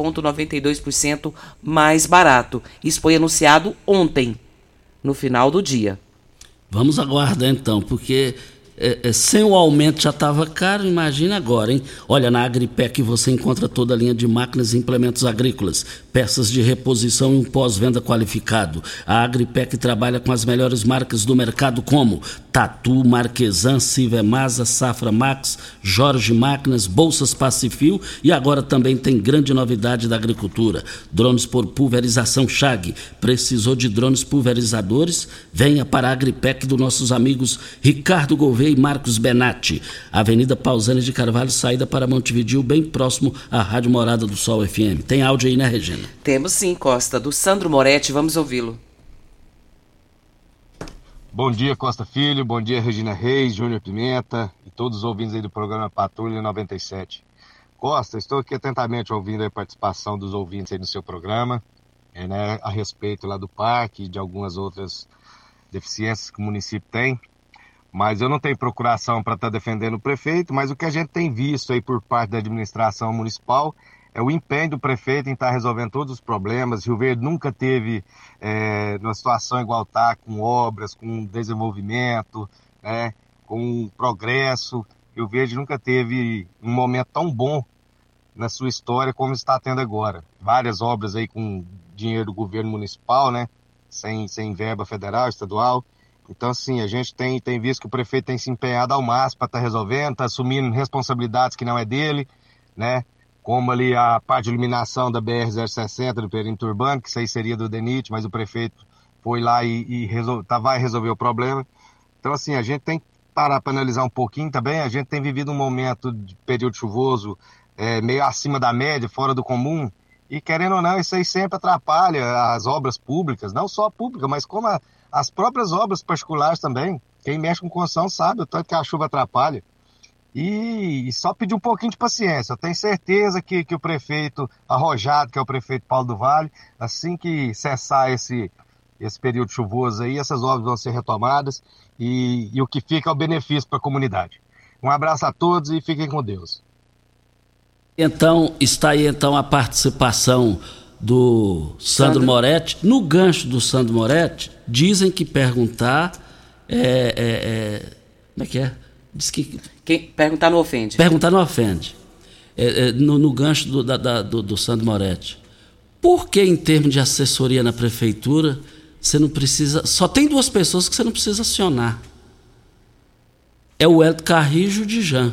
3,92% mais barato. Isso foi anunciado ontem, no final do dia. Vamos aguardar então, porque sem o aumento já estava caro, imagina agora, hein? Olha, na Agripec você encontra toda a linha de máquinas e implementos agrícolas, peças de reposição e um pós-venda qualificado. A Agripec trabalha com as melhores marcas do mercado como Tatu, Marquesan, Sivemasa, Safra Max, Jorge Máquinas, Bolsas Pacifil e agora também tem grande novidade da agricultura, drones por pulverização Chag. Precisou de drones pulverizadores? Venha para a Agripec dos nossos amigos Ricardo Gouveia e Marcos Benatti. Avenida Pausanias de Carvalho, saída para Montevidéu, bem próximo à Rádio Morada do Sol FM. Tem áudio aí, né, Regina? Temos sim, Costa, do Sandro Moretti, vamos ouvi-lo. Bom dia, Costa Filho, bom dia, Regina Reis, Júnior Pimenta e todos os ouvintes aí do programa Patrulha 97. Costa, estou aqui atentamente ouvindo a participação dos ouvintes aí no seu programa, né, a respeito lá do parque e de algumas outras deficiências que o município tem. Mas eu não tenho procuração para estar defendendo o prefeito, mas o que a gente tem visto aí por parte da administração municipal é o empenho do prefeito em estar resolvendo todos os problemas. Rio Verde nunca teve uma situação igual está, com obras, com desenvolvimento, né, com progresso. Rio Verde nunca teve um momento tão bom na sua história como está tendo agora. Várias obras aí com dinheiro do governo municipal, né, sem verba federal, estadual. Então, assim, a gente tem visto que o prefeito tem se empenhado ao máximo para estar resolvendo, está assumindo responsabilidades que não é dele, né? Como ali a parte de iluminação da BR-060 do perímetro urbano, que isso aí seria do DENIT, mas o prefeito foi lá e vai resolver o problema. Então, assim, a gente tem que parar para analisar um pouquinho também. A gente tem vivido um momento de período chuvoso meio acima da média, fora do comum, e querendo ou não, isso aí sempre atrapalha as obras públicas, não só a pública, mas como as próprias obras particulares também. Quem mexe com construção sabe o tanto que a chuva atrapalha. E só pedir um pouquinho de paciência. Eu tenho certeza que o prefeito arrojado, que é o prefeito Paulo do Vale, assim que cessar esse esse período chuvoso aí, essas obras vão ser retomadas e o que fica é o benefício para a comunidade. Um abraço a todos e fiquem com Deus. Então, está aí a participação do Sandro Moretti. No gancho do Sandro Moretti, dizem que perguntar como é que é? Diz que perguntar não ofende. Perguntar não ofende. No gancho do Sandro Moretti. Por que, em termos de assessoria na prefeitura, você não precisa... Só tem 2 pessoas que você não precisa acionar. É o Hélio Carrijo e o Dijan.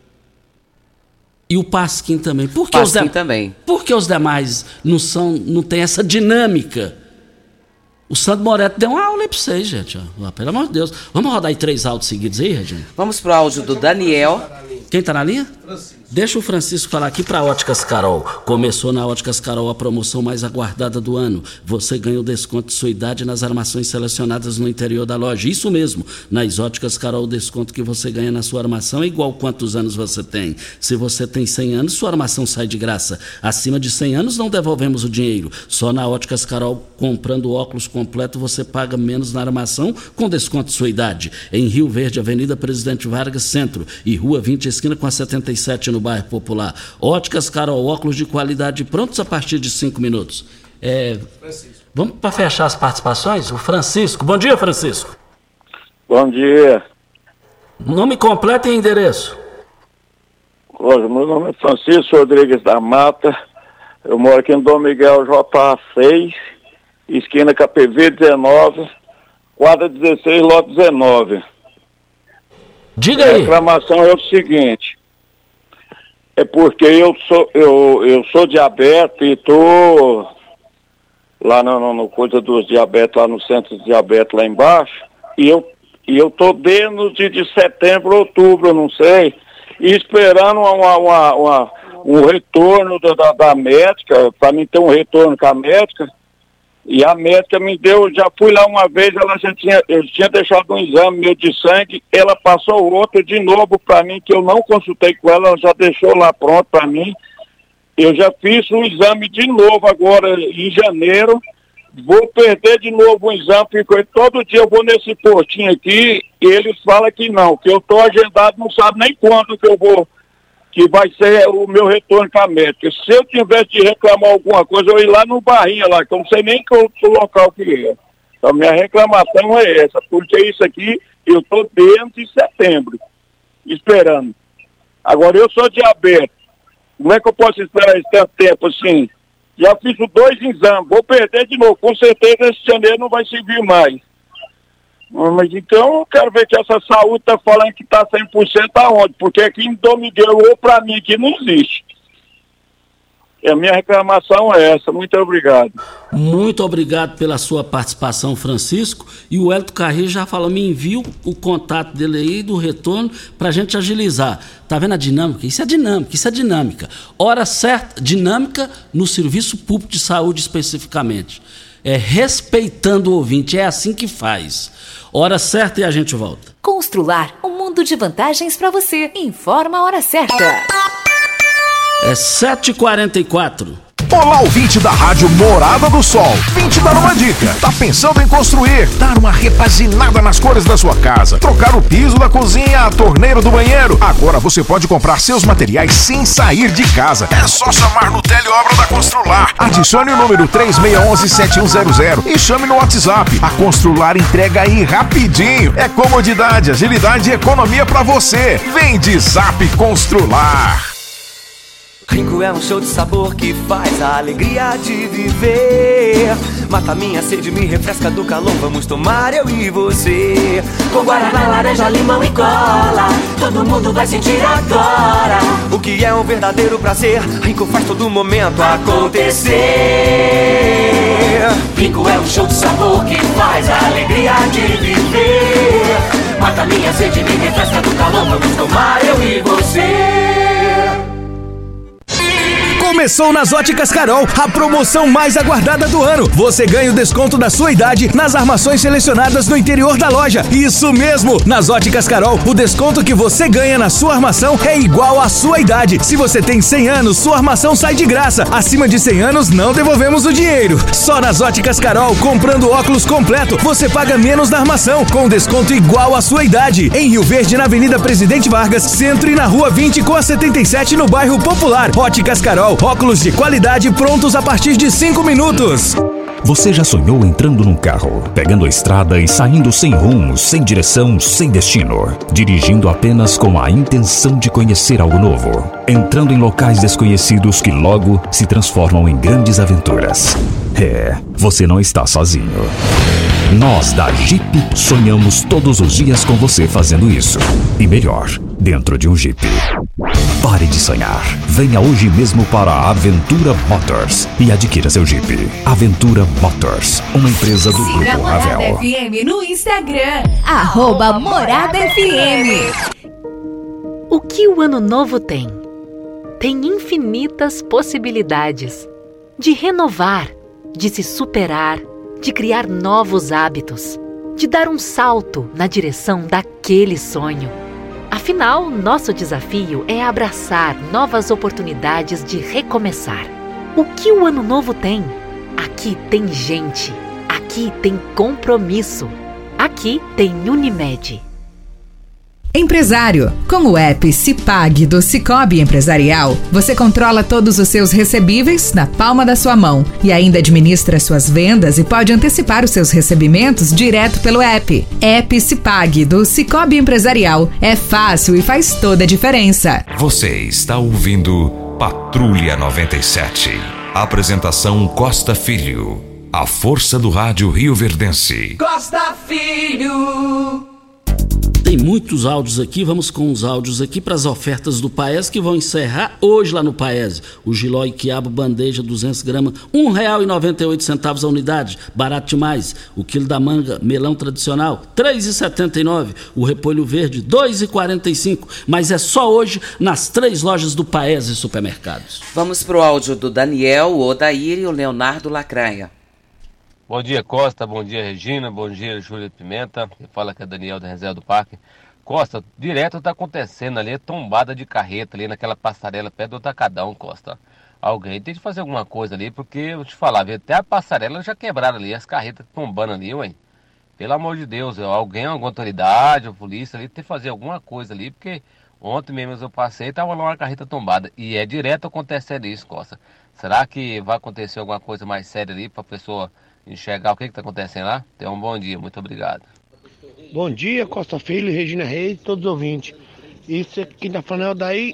E o Pasquim também. Por que os demais não tem essa dinâmica? O Sandro Moretti deu uma aula aí pra vocês, gente. Ó. Pelo amor de Deus. Vamos rodar aí 3 áudios seguidos aí, Regina? Vamos pro áudio do Daniel. Quem tá na linha? Francisco. Deixa o Francisco falar aqui para Óticas Carol. Começou na Óticas Carol a promoção mais aguardada do ano. Você ganha o desconto de sua idade nas armações selecionadas no interior da loja. Isso mesmo. Nas Óticas Carol, o desconto que você ganha na sua armação é igual quantos anos você tem. Se você tem 100 anos, sua armação sai de graça. Acima de 100 anos, não devolvemos o dinheiro. Só na Óticas Carol, comprando óculos completo, você paga menos na armação com desconto de sua idade. Em Rio Verde, Avenida Presidente Vargas, Centro e Rua 20, esquina com a 77, no bairro Popular. Óticas Carol, óculos de qualidade prontos a partir de 5 minutos. Vamos para fechar as participações? O Francisco. Bom dia, Francisco. Bom dia. Nome completo e endereço. Meu nome é Francisco Rodrigues da Mata. Eu moro aqui em Dom Miguel JA6, esquina KPV 19, quadra 16, lote 19. Diga aí. A reclamação é o seguinte. É porque eu sou diabético e tô lá no coisa dos diabetes, lá no centro de diabetes lá embaixo, e eu tô desde de setembro, outubro, não sei, e esperando um retorno da médica, para mim ter um retorno com a médica, e a médica me deu, já fui lá uma vez, eu tinha deixado um exame meu de sangue, ela passou outro de novo para mim, que eu não consultei com ela já deixou lá pronto para mim. Eu já fiz um exame de novo agora em janeiro, vou perder de novo o exame, porque todo dia eu vou nesse postinho aqui, e eles falam que não, que eu estou agendado, não sabe nem quando que vai ser o meu retorno com a médica. Se eu tivesse de reclamar alguma coisa, eu ia lá no Barrinha, lá, que eu não sei nem o local que é. Então, minha reclamação é essa, porque isso aqui, eu estou dentro de setembro, esperando. Agora, eu sou diabético. Como é que eu posso esperar esse tanto tempo assim? Já fiz 2 exames, vou perder de novo. Com certeza, esse janeiro não vai servir mais. Mas então eu quero ver que essa saúde está falando que está 100% aonde? Porque aqui em Dom Miguel, ou para mim, que não existe. E a minha reclamação é essa. Muito obrigado. Muito obrigado pela sua participação, Francisco. E o Hélio Carreiro já falou, me envia o contato dele aí do retorno para a gente agilizar. Tá vendo a dinâmica? Isso é dinâmica. Hora certa, dinâmica no serviço público de saúde especificamente. Respeitando o ouvinte, é assim que faz. Hora certa e a gente volta. Constrular um mundo de vantagens para você. Informa a hora certa. 7h44. Olá, ouvinte da Rádio Morada do Sol. Vim te dar uma dica. Tá pensando em construir, dar uma repaginada nas cores da sua casa, trocar o piso da cozinha, a torneira do banheiro? Agora você pode comprar seus materiais sem sair de casa. É só chamar no Teleobra da Constrular. Adicione o número 3611-7100 e chame no WhatsApp. A Constrular entrega aí rapidinho. É comodidade, agilidade e economia pra você. Vem de Zap Constrular. Rinco é um show de sabor que faz a alegria de viver. Mata minha sede, me refresca do calor, vamos tomar eu e você. Com guaraná, laranja, limão e cola, todo mundo vai sentir agora o que é um verdadeiro prazer. Rinco faz todo momento acontecer. Rinco é um show de sabor que faz a alegria de viver. Mata minha sede, me refresca do calor, vamos tomar eu e você. Começou nas Óticas Carol a promoção mais aguardada do ano. Você ganha o desconto da sua idade nas armações selecionadas no interior da loja. Isso mesmo! Nas Óticas Carol, o desconto que você ganha na sua armação é igual à sua idade. Se você tem 100 anos, sua armação sai de graça. Acima de 100 anos, não devolvemos o dinheiro. Só nas Óticas Carol, comprando óculos completo, você paga menos na armação, com desconto igual à sua idade. Em Rio Verde, na Avenida Presidente Vargas, Centro, e na Rua 20 com a 77 no bairro Popular. Óticas Carol, óculos de qualidade prontos a partir de 5 minutos. Você já sonhou entrando num carro, pegando a estrada e saindo sem rumo, sem direção, sem destino, dirigindo apenas com a intenção de conhecer algo novo, entrando em locais desconhecidos que logo se transformam em grandes aventuras? Você não está sozinho. Nós da Jeep sonhamos todos os dias com você fazendo isso. E melhor, dentro de um Jeep. Pare de sonhar. Venha hoje mesmo para a Aventura Motors e adquira seu Jeep. Aventura Motors, uma empresa do Siga Grupo Morada Ravel. FM no Instagram, @MoradaFM. O que o Ano Novo tem? Tem infinitas possibilidades de renovar, de se superar, de criar novos hábitos, de dar um salto na direção daquele sonho. Afinal, nosso desafio é abraçar novas oportunidades de recomeçar. O que o Ano Novo tem? Aqui tem gente, aqui tem compromisso, aqui tem Unimed. Empresário, com o app Cipag do Cicobi Empresarial, você controla todos os seus recebíveis na palma da sua mão e ainda administra suas vendas e pode antecipar os seus recebimentos direto pelo app. App Cipag do Cicobi Empresarial é fácil e faz toda a diferença. Você está ouvindo Patrulha 97. Apresentação Costa Filho. A força do rádio rioverdense. Costa Filho. Tem muitos áudios aqui, vamos com os áudios aqui para as ofertas do Paese que vão encerrar hoje lá no Paese. O Giló e quiabo bandeja 200 gramas, R$ 1,98 a unidade, barato demais. O quilo da manga, melão tradicional, R$ 3,79. O repolho verde, R$ 2,45. Mas é só hoje nas 3 lojas do Paese Supermercados. Vamos pro áudio do Daniel, o Odair e o Leonardo Lacraia. Bom dia, Costa. Bom dia, Regina. Bom dia, Júlia Pimenta. Fala que é Daniel da Reserva do Parque. Costa, direto está acontecendo ali, tombada de carreta ali naquela passarela perto do Atacadão, Costa. Alguém tem que fazer alguma coisa ali, porque eu te falar, até a passarela já quebraram ali, as carretas tombando ali, ué. Pelo amor de Deus, alguém, alguma autoridade, a polícia ali, tem que fazer alguma coisa ali, porque ontem mesmo eu passei e estava lá uma carreta tombada. E é direto acontecendo isso, Costa. Será que vai acontecer alguma coisa mais séria ali para a pessoa enxergar o que está acontecendo lá? Tenha um bom dia, muito obrigado. Bom dia, Costa Filho, Regina Reis, todos os ouvintes. Isso aqui está falando é o daí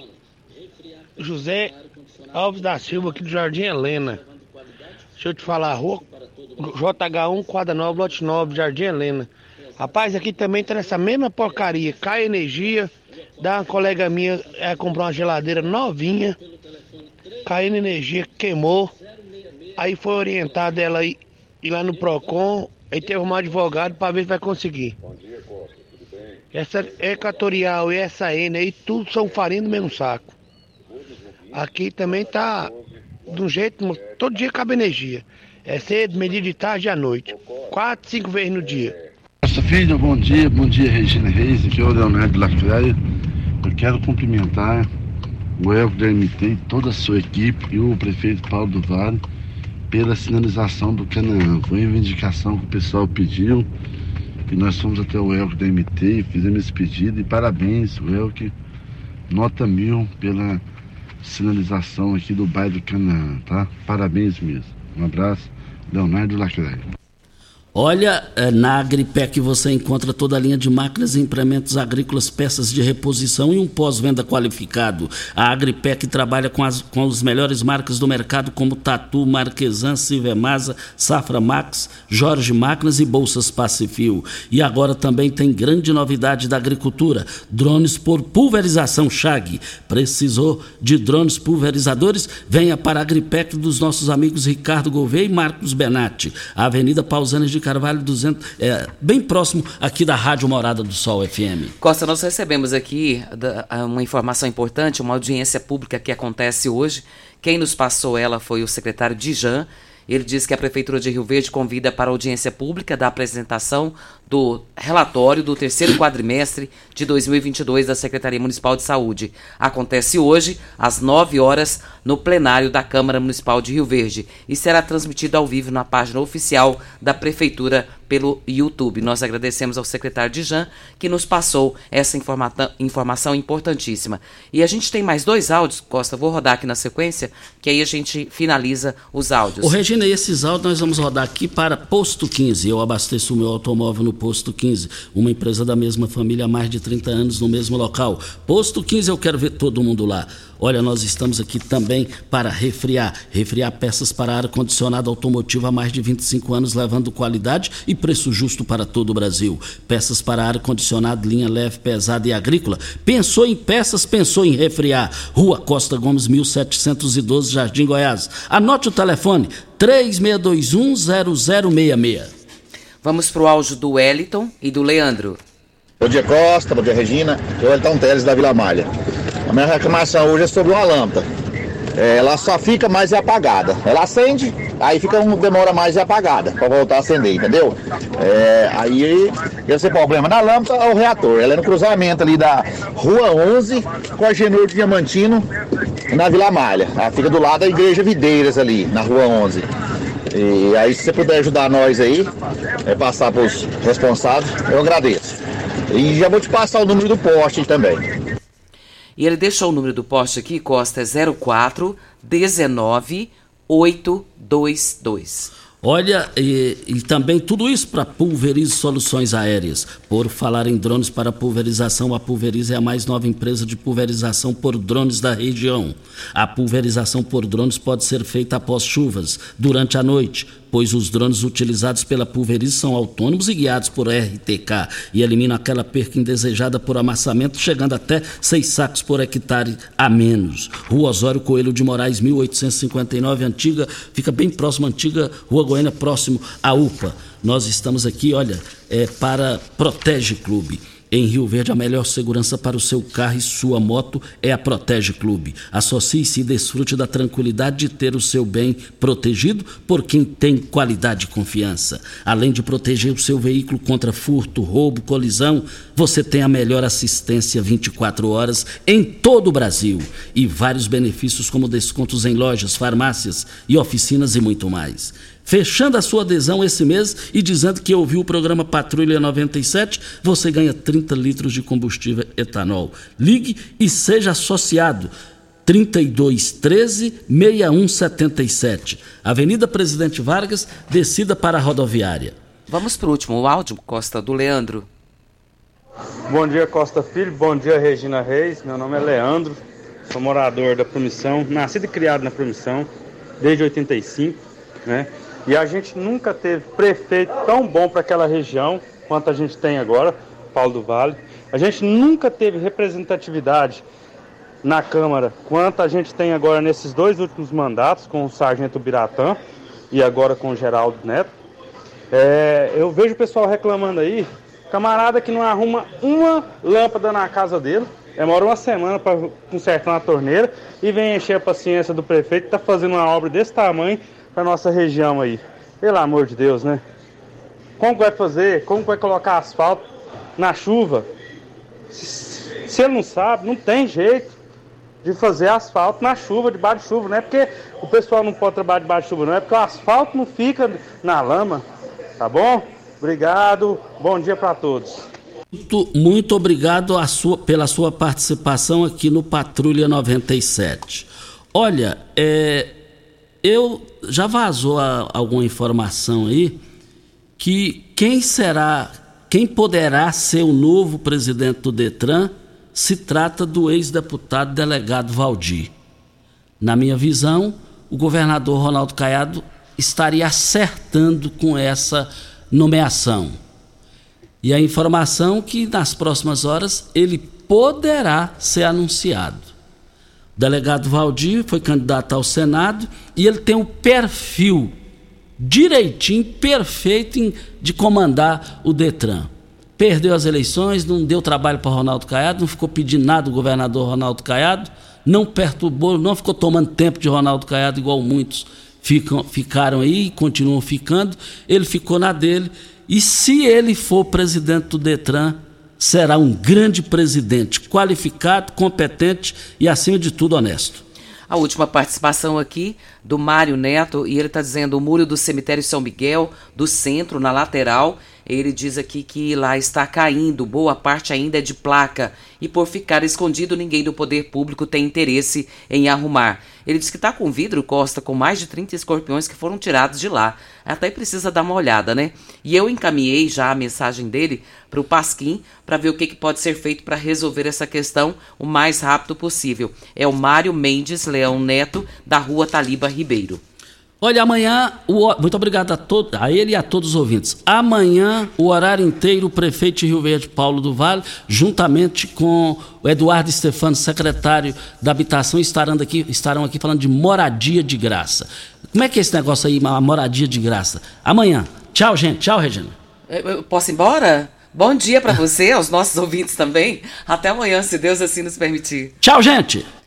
José Alves da Silva, aqui do Jardim Helena. Deixa eu te falar, rua JH1, quadra 9, lote 9, Jardim Helena. Rapaz, aqui também tá nessa mesma porcaria, cai energia, da uma colega minha comprou uma geladeira novinha, caindo energia, queimou, aí foi orientada ela ir lá no Procon, aí teve um advogado para ver se vai conseguir. Bom dia, Costa, tudo bem? Essa Equatorial e essa N aí, tudo são farinha do mesmo saco. Aqui também tá de um jeito, todo dia cabe energia. É cedo, meio de tarde e à noite. 4, 5 vezes no dia. Costa Filho, bom dia Regina Reis, aqui é o Leonardo Lacraia. Eu quero cumprimentar o Elvio da MT e toda a sua equipe e o prefeito Paulo do Vale pela sinalização do Canaã. Foi uma reivindicação que o pessoal pediu e nós fomos até o Elvio da MT e fizemos esse pedido. E parabéns, o Elvio, nota 1000 pela sinalização aqui do bairro do Canaã, tá? Parabéns mesmo. Um abraço, Leonardo Lacraia. Olha, na Agripec você encontra toda a linha de máquinas e implementos agrícolas, peças de reposição e um pós-venda qualificado. A Agripec trabalha com as melhores marcas do mercado, como Tatu, Marquesan, Civemasa, Safra Max, Jorge Máquinas e Bolsas Pacifil. E agora também tem grande novidade da agricultura, drones por pulverização Chag. Precisou de drones pulverizadores? Venha para a Agripec dos nossos amigos Ricardo Gouveia e Marcos Benatti. A Avenida Pausanes de Carvalho 200, bem próximo aqui da Rádio Morada do Sol FM. Costa, nós recebemos aqui uma informação importante, uma audiência pública que acontece hoje, Quem nos passou ela foi o secretário Dijan. Ele diz que a Prefeitura de Rio Verde convida para a audiência pública da apresentação do relatório do terceiro quadrimestre de 2022 da Secretaria Municipal de Saúde. Acontece hoje, às 9 horas, no plenário da Câmara Municipal de Rio Verde e será transmitido ao vivo na página oficial da Prefeitura pelo YouTube. Nós agradecemos ao secretário Dijan que nos passou essa informação importantíssima. E a gente tem mais 2 áudios, Costa, vou rodar aqui na sequência, que aí a gente finaliza os áudios. Ô Regina, esses áudios nós vamos rodar aqui para Posto 15. Eu abasteço o meu automóvel no Posto 15, uma empresa da mesma família há mais de 30 anos no mesmo local. Posto 15, eu quero ver todo mundo lá. Olha, nós estamos aqui também para refriar peças para ar-condicionado automotivo há mais de 25 anos, levando qualidade e preço justo para todo o Brasil. Peças para ar-condicionado, linha leve, pesada e agrícola. Pensou em peças, pensou em refriar. Rua Costa Gomes, 1712, Jardim Goiás. Anote o telefone, 36210066. Vamos para o áudio do Wellington e do Leandro. Bom dia, Costa, bom dia, Regina. Eu, Wellington Teles, da Vila Malha. A minha reclamação hoje é sobre uma lâmpada. Ela só fica mais apagada. Ela acende, aí demora mais apagada para voltar a acender, entendeu? Aí esse problema na lâmpada é o reator. Ela é no cruzamento ali da Rua 11 com a Genor Diamantino, na Vila Malha. Ela fica do lado da Igreja Videiras ali, na Rua 11. E aí, se você puder ajudar nós aí, passar para os responsáveis, eu agradeço. E já vou te passar o número do poste também. E ele deixou o número do poste aqui, Costa, é 04 19 822. Olha, e também tudo isso para Pulverize Soluções Aéreas. Por falar em drones para pulverização, a Pulverize é a mais nova empresa de pulverização por drones da região. A pulverização por drones pode ser feita após chuvas, durante a noite, pois os drones utilizados pela Pulverize são autônomos e guiados por RTK e eliminam aquela perca indesejada por amassamento, chegando até 6 sacos por hectare a menos. Rua Osório Coelho de Moraes, 1859, antiga, fica bem próximo à antiga Rua Goiânia, próximo à UPA. Nós estamos aqui, olha, para Protege Clube. Em Rio Verde, a melhor segurança para o seu carro e sua moto é a Protege Clube. Associe-se e desfrute da tranquilidade de ter o seu bem protegido por quem tem qualidade e confiança. Além de proteger o seu veículo contra furto, roubo, colisão, você tem a melhor assistência 24 horas em todo o Brasil. E vários benefícios como descontos em lojas, farmácias e oficinas e muito mais. Fechando a sua adesão esse mês e dizendo que ouviu o programa Patrulha 97, você ganha 30 litros de combustível etanol. Ligue e seja associado. 3213-6177. Avenida Presidente Vargas, descida para a rodoviária. Vamos para o último áudio, Costa, do Leandro. Bom dia, Costa Filho. Bom dia, Regina Reis. Meu nome é Leandro. Sou morador da Promissão. Nascido e criado na Promissão desde 85, né? E a gente nunca teve prefeito tão bom para aquela região quanto a gente tem agora, Paulo do Vale. A gente nunca teve representatividade na Câmara quanto a gente tem agora nesses 2 últimos mandatos, com o Sargento Biratã e agora com o Geraldo Neto. Eu vejo o pessoal reclamando aí, camarada que não arruma uma lâmpada na casa dele, demora uma semana para consertar uma torneira e vem encher a paciência do prefeito que está fazendo uma obra desse tamanho para nossa região aí. Pelo amor de Deus, né? Como vai fazer? Como vai colocar asfalto na chuva? Se ele não sabe, não tem jeito de fazer asfalto na chuva, debaixo de chuva. Não é porque o pessoal não pode trabalhar debaixo de chuva, não. É porque o asfalto não fica na lama. Tá bom? Obrigado. Bom dia para todos. Muito obrigado pela sua participação aqui no Patrulha 97. Olha, já vazou alguma informação aí que quem poderá ser o novo presidente do Detran se trata do ex-deputado delegado Valdir. Na minha visão, o governador Ronaldo Caiado estaria acertando com essa nomeação. E a informação que nas próximas horas ele poderá ser anunciado. O delegado Valdir foi candidato ao Senado e ele tem um perfil direitinho, perfeito de comandar o Detran. Perdeu as eleições, não deu trabalho para Ronaldo Caiado, não ficou pedindo nada do governador Ronaldo Caiado, não perturbou, não ficou tomando tempo de Ronaldo Caiado, igual muitos ficaram aí e continuam ficando. Ele ficou na dele. E se ele for presidente do Detran, será um grande presidente, qualificado, competente e, acima de tudo, honesto. A última participação aqui do Mário Neto, e ele está dizendo: o muro do cemitério São Miguel, do centro, na lateral, ele diz aqui que lá está caindo, boa parte ainda é de placa, e por ficar escondido, ninguém do poder público tem interesse em arrumar. Ele diz que está com vidro, Costa, com mais de 30 escorpiões que foram tirados de lá. Até precisa dar uma olhada, né? E eu encaminhei já a mensagem dele para o Pasquim para ver o que pode ser feito para resolver essa questão o mais rápido possível. É o Mário Mendes Leão Neto, da Rua Taliba Ribeiro. Olha, amanhã, muito obrigado a ele e a todos os ouvintes. Amanhã, o horário inteiro, o prefeito de Rio Verde, Paulo do Vale, juntamente com o Eduardo Stefano, secretário da Habitação, estarão aqui falando de moradia de graça. Como é que é esse negócio aí, a moradia de graça? Amanhã. Tchau, gente. Tchau, Regina. Eu posso ir embora? Bom dia para você, aos nossos ouvintes também. Até amanhã, se Deus assim nos permitir. Tchau, gente.